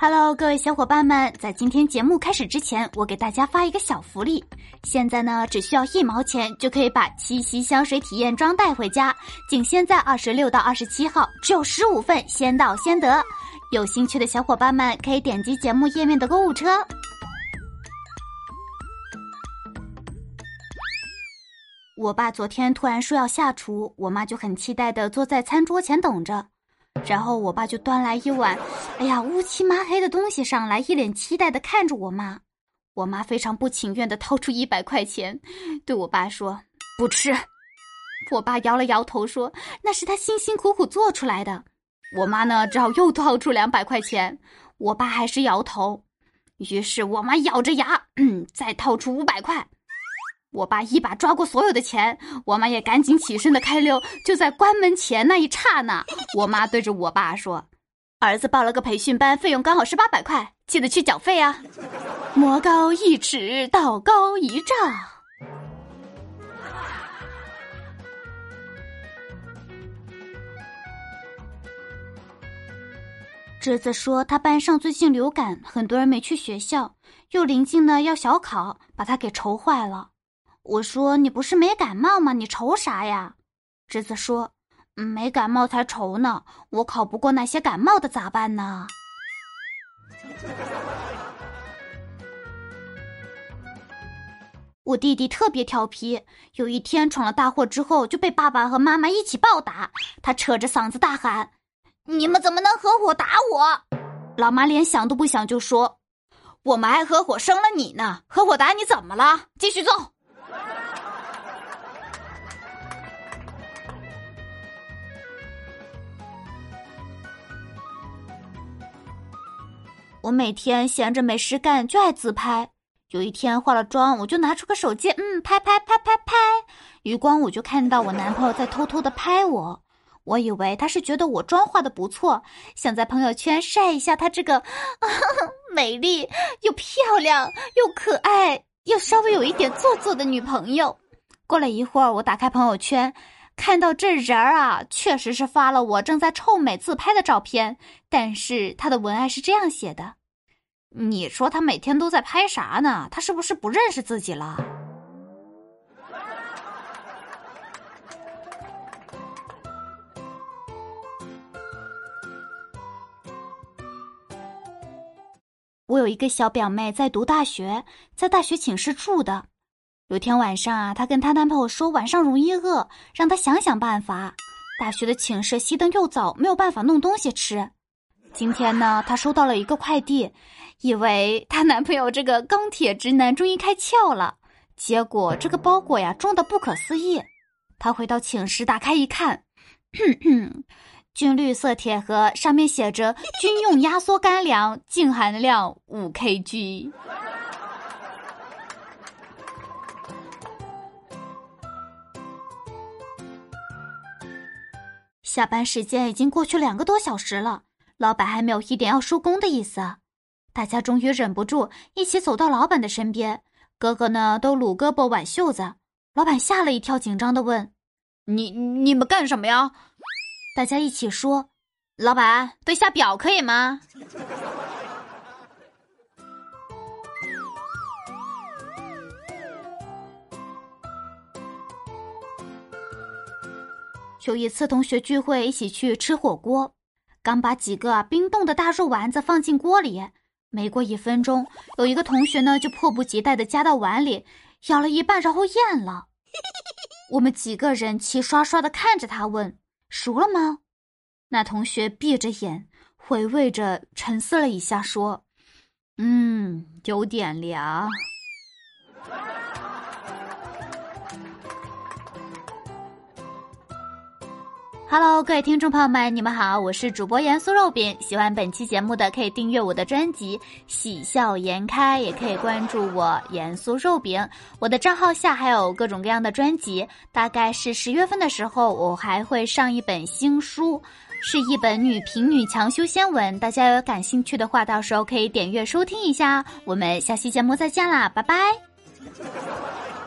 Hello， 各位小伙伴们，在今天节目开始之前，我给大家发一个小福利。现在呢，只需要1毛钱就可以把七夕香水体验装带回家，仅限在26到27号，只有15份，先到先得。有兴趣的小伙伴们可以点击节目页面的购物车。我爸昨天突然说要下厨，我妈就很期待地坐在餐桌前等着。然后我爸就端来一碗，乌漆麻黑的东西上来，一脸期待地看着我妈。我妈非常不情愿地掏出100块钱，对我爸说：“不吃。”我爸摇了摇头说：“那是他辛辛苦苦做出来的。”我妈呢，只好又掏出200块钱，我爸还是摇头。于是我妈咬着牙，再掏出500块。我爸一把抓过所有的钱，我妈也赶紧起身的开溜。就在关门前那一刹那，我妈对着我爸说：“儿子报了个培训班，费用刚好是800块，记得去缴费啊。”魔高1尺，道高1丈。侄子说他班上最近流感，很多人没去学校，又临近呢要小考，把他给愁坏了。我说：“你不是没感冒吗？你愁啥呀？”侄子说：“没感冒才愁呢，我考不过那些感冒的咋办呢？”我弟弟特别调皮，有一天闯了大祸之后，就被爸爸和妈妈一起暴打。他扯着嗓子大喊：“你们怎么能合伙打我？”老妈连想都不想就说：“我们还合伙生了你呢，合伙打你怎么了？继续揍！”我每天闲着没事干就爱自拍。有一天化了妆，我就拿出个手机，拍。余光我就看到我男朋友在偷偷的拍我，我以为他是觉得我妆化的不错，想在朋友圈晒一下他这个美丽又漂亮又可爱又稍微有一点做作的女朋友。过了一会儿，我打开朋友圈，看到这人啊，确实是发了我正在臭美自拍的照片，但是他的文案是这样写的：“你说他每天都在拍啥呢？他是不是不认识自己了？”我有一个小表妹在读大学，在大学寝室住的。有天晚上啊，她跟她男朋友说晚上容易饿，让她想想办法。大学的寝室熄灯又早，没有办法弄东西吃。今天呢，她收到了一个快递，以为她男朋友这个钢铁直男终于开窍了，结果这个包裹呀重的不可思议。她回到寝室打开一看，军绿色铁盒，上面写着军用压缩干粮，净含量5kg。下班时间已经过去2个多小时了，老板还没有一点要收工的意思。大家终于忍不住一起走到老板的身边，个个呢都撸胳膊挽袖子。老板吓了一跳，紧张地问：“你们干什么呀？”大家一起说：“老板，对下表可以吗？”有一次同学聚会，一起去吃火锅，刚把几个冰冻的大肉丸子放进锅里，没过1分钟，有一个同学呢就迫不及待地夹到碗里，咬了一半然后咽了。我们几个人齐刷刷地看着他问：“熟了吗？”那同学闭着眼回味着，沉思了一下说：“有点凉。” Hello， 各位听众朋友们，你们好，我是主播盐酥肉饼。喜欢本期节目的可以订阅我的专辑喜笑颜开，也可以关注我盐酥肉饼。我的账号下还有各种各样的专辑，大概是10月份的时候，我还会上一本新书，是一本女频女强修仙文，大家有感兴趣的话，到时候可以点阅收听一下。我们下期节目再见啦，拜拜。